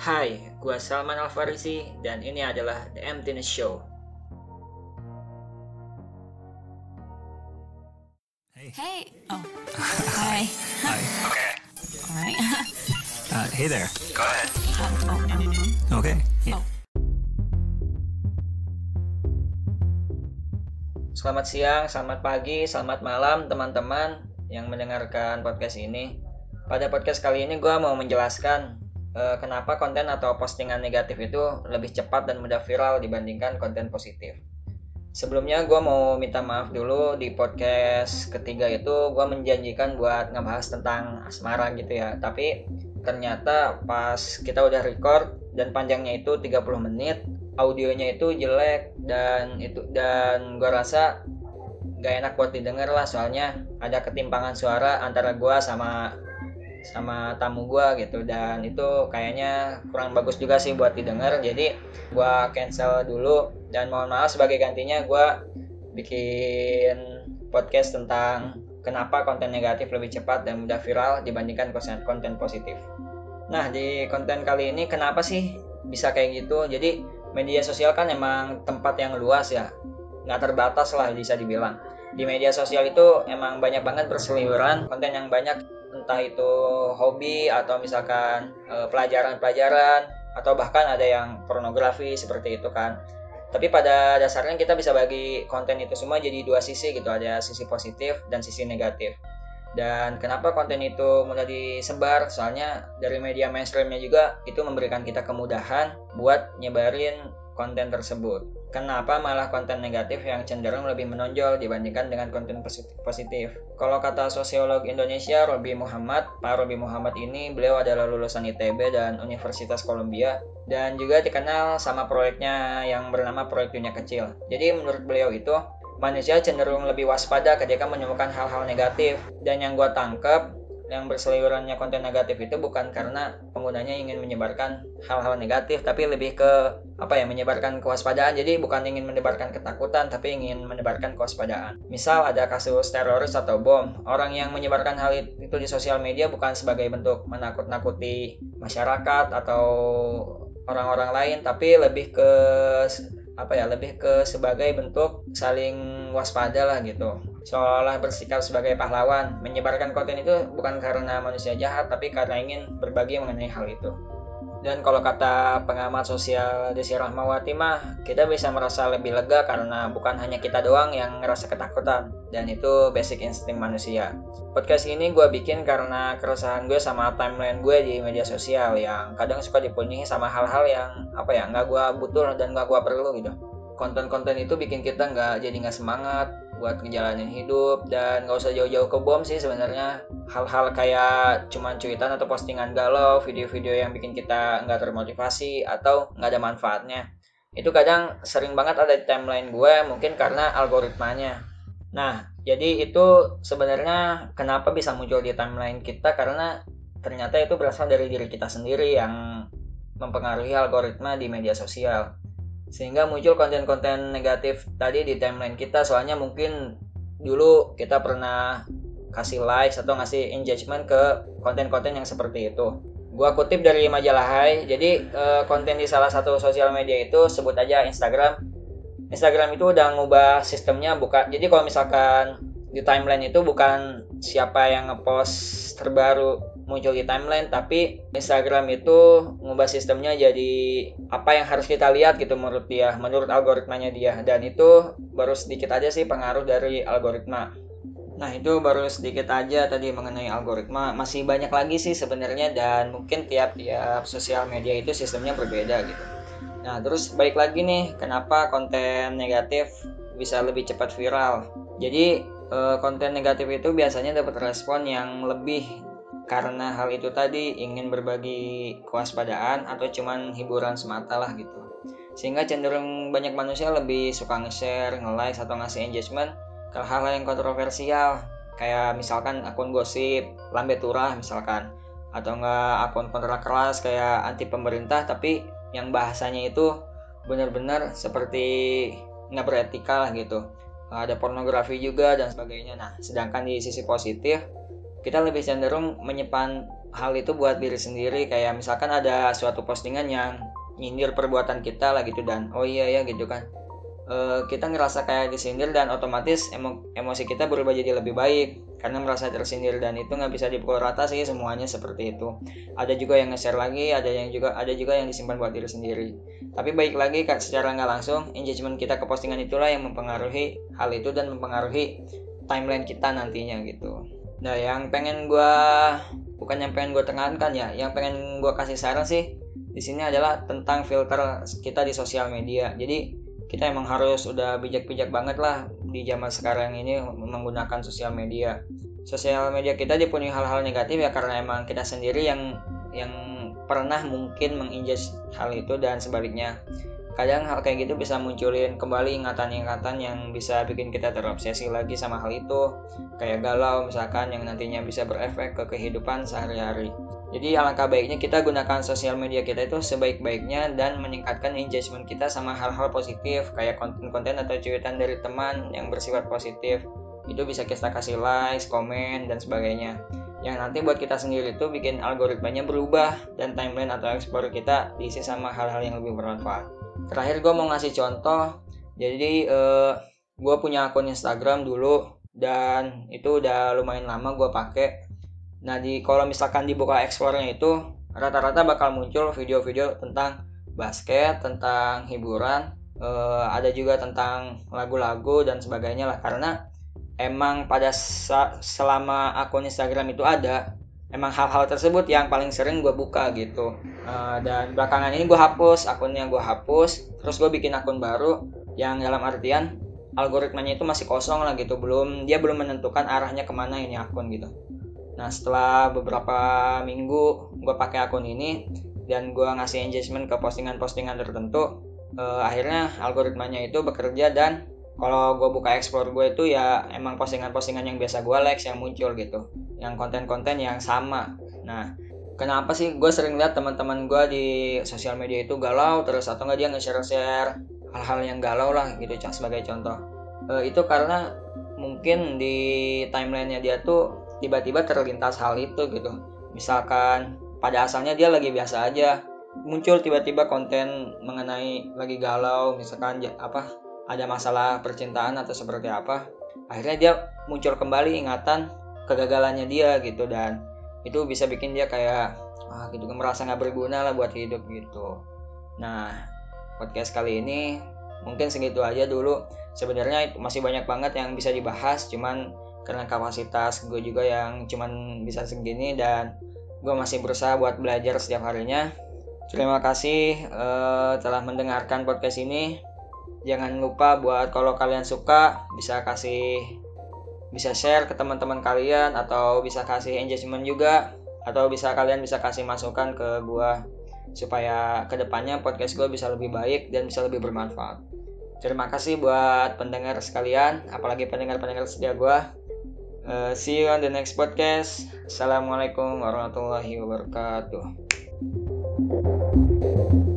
Hai, gua Salman Alfarisi dan ini adalah The Emptiness Show. Hey. Oh. Hi. Hi. Okay. All right. Hey there. Go ahead. Okay. Yeah. Selamat siang, selamat pagi, selamat malam teman-teman yang mendengarkan podcast ini. Pada podcast kali ini gua mau menjelaskan kenapa konten atau postingan negatif itu lebih cepat dan mudah viral dibandingkan konten positif. Sebelumnya gue mau minta maaf dulu, di podcast ketiga itu gue menjanjikan buat ngebahas tentang asmara gitu ya. Tapi ternyata pas kita udah record dan panjangnya itu 30 menit, audionya itu jelek dan gue rasa gak enak buat didengar lah, soalnya ada ketimpangan suara antara gue sama tamu gue gitu, dan itu kayaknya kurang bagus juga sih buat didengar. Jadi gue cancel dulu dan mohon maaf, sebagai gantinya gue bikin podcast tentang kenapa konten negatif lebih cepat dan mudah viral dibandingkan konten positif. Nah, di konten kali ini kenapa sih bisa kayak gitu? Jadi media sosial kan emang tempat yang luas ya, nggak terbatas lah bisa dibilang. Di media sosial itu emang banyak banget berseliweran konten yang banyak, entah itu hobi atau misalkan pelajaran-pelajaran atau bahkan ada yang pornografi seperti itu kan. Tapi pada dasarnya kita bisa bagi konten itu semua jadi dua sisi gitu, ada sisi positif dan sisi negatif. Dan kenapa konten itu mudah disebar? Soalnya dari media mainstreamnya juga itu memberikan kita kemudahan buat nyebarin konten tersebut. Kenapa malah konten negatif yang cenderung lebih menonjol dibandingkan dengan konten positif? Kalau kata sosiolog Indonesia Robi Muhammad, Pak Robi Muhammad ini, beliau adalah lulusan ITB dan Universitas Columbia, dan juga dikenal sama proyeknya yang bernama Proyek Dunia Kecil. Jadi menurut beliau itu, manusia cenderung lebih waspada ketika menemukan hal-hal negatif. Dan yang gue tangkep, yang berseliwerannya konten negatif itu bukan karena penggunanya ingin menyebarkan hal-hal negatif, tapi lebih ke menyebarkan kewaspadaan. Jadi bukan ingin menebarkan ketakutan, tapi ingin menebarkan kewaspadaan. Misal ada kasus teroris atau bom, orang yang menyebarkan hal itu di sosial media bukan sebagai bentuk menakut-nakuti masyarakat atau orang-orang lain, tapi lebih ke sebagai bentuk saling waspada lah gitu, seolah bersikap sebagai pahlawan. Menyebarkan konten itu bukan karena manusia jahat, tapi karena ingin berbagi mengenai hal itu. Dan kalau kata pengamat sosial Desi Rahmawati mah, kita bisa merasa lebih lega karena bukan hanya kita doang yang ngerasa ketakutan, dan itu basic insting manusia. Podcast ini gue bikin karena keresahan gue sama timeline gue di media sosial yang kadang suka dipenuhi sama hal-hal yang nggak gue butuh dan nggak gue perlu gitu. Konten-konten itu bikin kita nggak semangat buat ngejalanin hidup, dan nggak usah jauh-jauh ke bom sih sebenarnya. Hal-hal kayak cuman cuitan atau postingan galau, video-video yang bikin kita nggak termotivasi atau nggak ada manfaatnya, itu kadang sering banget ada di timeline gue, mungkin karena algoritmanya. Nah, jadi itu sebenarnya kenapa bisa muncul di timeline kita, karena ternyata itu berasal dari diri kita sendiri yang mempengaruhi algoritma di media sosial, sehingga muncul konten-konten negatif tadi di timeline kita. Soalnya mungkin dulu kita pernah kasih likes atau ngasih engagement ke konten-konten yang seperti itu. Gua kutip dari majalah Hai. Jadi konten di salah satu sosial media itu, sebut aja Instagram itu udah ngubah sistemnya. Jadi kalau misalkan di timeline itu bukan siapa yang ngepost terbaru muncul di timeline, tapi Instagram itu ngubah sistemnya jadi apa yang harus kita lihat gitu menurut algoritmanya dia. Dan itu baru sedikit aja sih pengaruh dari algoritma. Nah, itu baru sedikit aja tadi mengenai algoritma. Masih banyak lagi sih sebenarnya, dan mungkin tiap sosial media itu sistemnya berbeda gitu. Nah, terus balik lagi nih, kenapa konten negatif bisa lebih cepat viral? Jadi konten negatif itu biasanya dapat respon yang lebih karena hal itu tadi, ingin berbagi kewaspadaan atau cuman hiburan semata lah gitu. Sehingga cenderung banyak manusia lebih suka nge-share, nge-like atau ngasih engagement ke hal-hal yang kontroversial, kayak misalkan akun gosip, lambe turah misalkan, atau enggak akun kontra keras kayak anti pemerintah tapi yang bahasanya itu benar-benar seperti nggak beretika lah gitu. Ada pornografi juga dan sebagainya. Nah, sedangkan di sisi positif kita lebih cenderung menyimpan hal itu buat diri sendiri, kayak misalkan ada suatu postingan yang nyindir perbuatan kita lah gitu, dan oh iya ya gitu kan, kita ngerasa kayak disindir dan otomatis emosi kita berubah jadi lebih baik karena merasa tersindir, dan itu nggak bisa dipukul rata sih semuanya seperti itu. Ada juga yang nge-share lagi, ada juga yang disimpan buat diri sendiri. Tapi baik lagi secara nggak langsung engagement kita ke postingan itulah yang mempengaruhi hal itu dan mempengaruhi timeline kita nantinya gitu. Nah, yang pengen gue tekankan ya, yang pengen gue kasih saran sih di sini adalah tentang filter kita di sosial media. Jadi kita emang harus udah bijak-bijak banget lah di zaman sekarang ini menggunakan sosial media. Sosial media kita dipenuhi hal-hal negatif ya karena emang kita sendiri yang pernah mungkin menginjak hal itu, dan sebaliknya. Kadang hal kayak gitu bisa munculin kembali ingatan-ingatan yang bisa bikin kita terobsesi lagi sama hal itu. Kayak galau misalkan, yang nantinya bisa berefek ke kehidupan sehari-hari. Jadi alangkah baiknya kita gunakan sosial media kita itu sebaik-baiknya dan meningkatkan engagement kita sama hal-hal positif kayak konten-konten atau cuitan dari teman yang bersifat positif. Itu bisa kita kasih like, komen, dan sebagainya. Yang nanti buat kita sendiri itu bikin algoritmanya berubah dan timeline atau explore kita diisi sama hal-hal yang lebih bermanfaat. Terakhir gue mau ngasih contoh. Jadi gue punya akun Instagram dulu dan itu udah lumayan lama gue pakai. Nah, kalau misalkan dibuka explore-nya itu rata-rata bakal muncul video-video tentang basket, tentang hiburan, ada juga tentang lagu-lagu dan sebagainya lah, karena emang pada selama akun Instagram itu ada, emang hal-hal tersebut yang paling sering gue buka gitu. Dan belakangan ini gue hapus akunnya, terus gue bikin akun baru yang dalam artian algoritmanya itu masih kosong lah gitu, dia belum menentukan arahnya kemana ini akun gitu. Nah, setelah beberapa minggu gue pakai akun ini dan gue ngasih engagement ke postingan-postingan tertentu, akhirnya algoritmanya itu bekerja, dan kalau gue buka explore gue itu ya emang postingan-postingan yang biasa gue like yang muncul gitu, yang konten-konten yang sama. Nah, kenapa sih gue sering lihat teman-teman gue di sosial media itu galau terus, atau nggak dia nge-share hal-hal yang galau lah gitu sebagai contoh. Itu karena mungkin di timelinenya dia tuh tiba-tiba terlintas hal itu gitu. Misalkan pada asalnya dia lagi biasa aja, muncul tiba-tiba konten mengenai lagi galau, misalkan ada masalah percintaan atau seperti apa. Akhirnya dia muncul kembali ingatan kegagalannya dia gitu, dan itu bisa bikin dia kayak gitu, merasa nggak berguna lah buat hidup gitu. Nah, podcast kali ini mungkin segitu aja dulu. Sebenarnya masih banyak banget yang bisa dibahas, cuman karena kapasitas gue juga yang cuman bisa segini dan gue masih berusaha buat belajar setiap harinya. Terima kasih telah mendengarkan podcast ini. Jangan lupa buat kalau kalian suka bisa share ke teman-teman kalian, atau bisa kasih engagement juga, atau kalian bisa kasih masukan ke gue supaya kedepannya podcast gue bisa lebih baik dan bisa lebih bermanfaat. Terima kasih buat pendengar sekalian, apalagi pendengar-pendengar setia gue. See you on the next podcast. Assalamualaikum warahmatullahi wabarakatuh.